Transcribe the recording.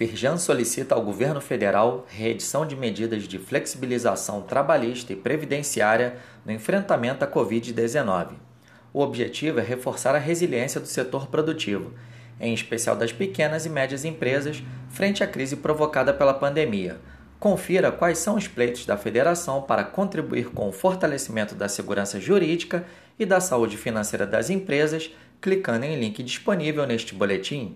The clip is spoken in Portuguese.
Firjan solicita ao governo federal reedição de medidas de flexibilização trabalhista e previdenciária no enfrentamento à Covid-19. O objetivo é reforçar a resiliência do setor produtivo, em especial das pequenas e médias empresas, frente à crise provocada pela pandemia. Confira quais são os pleitos da federação para contribuir com o fortalecimento da segurança jurídica e da saúde financeira das empresas, clicando em link disponível neste boletim.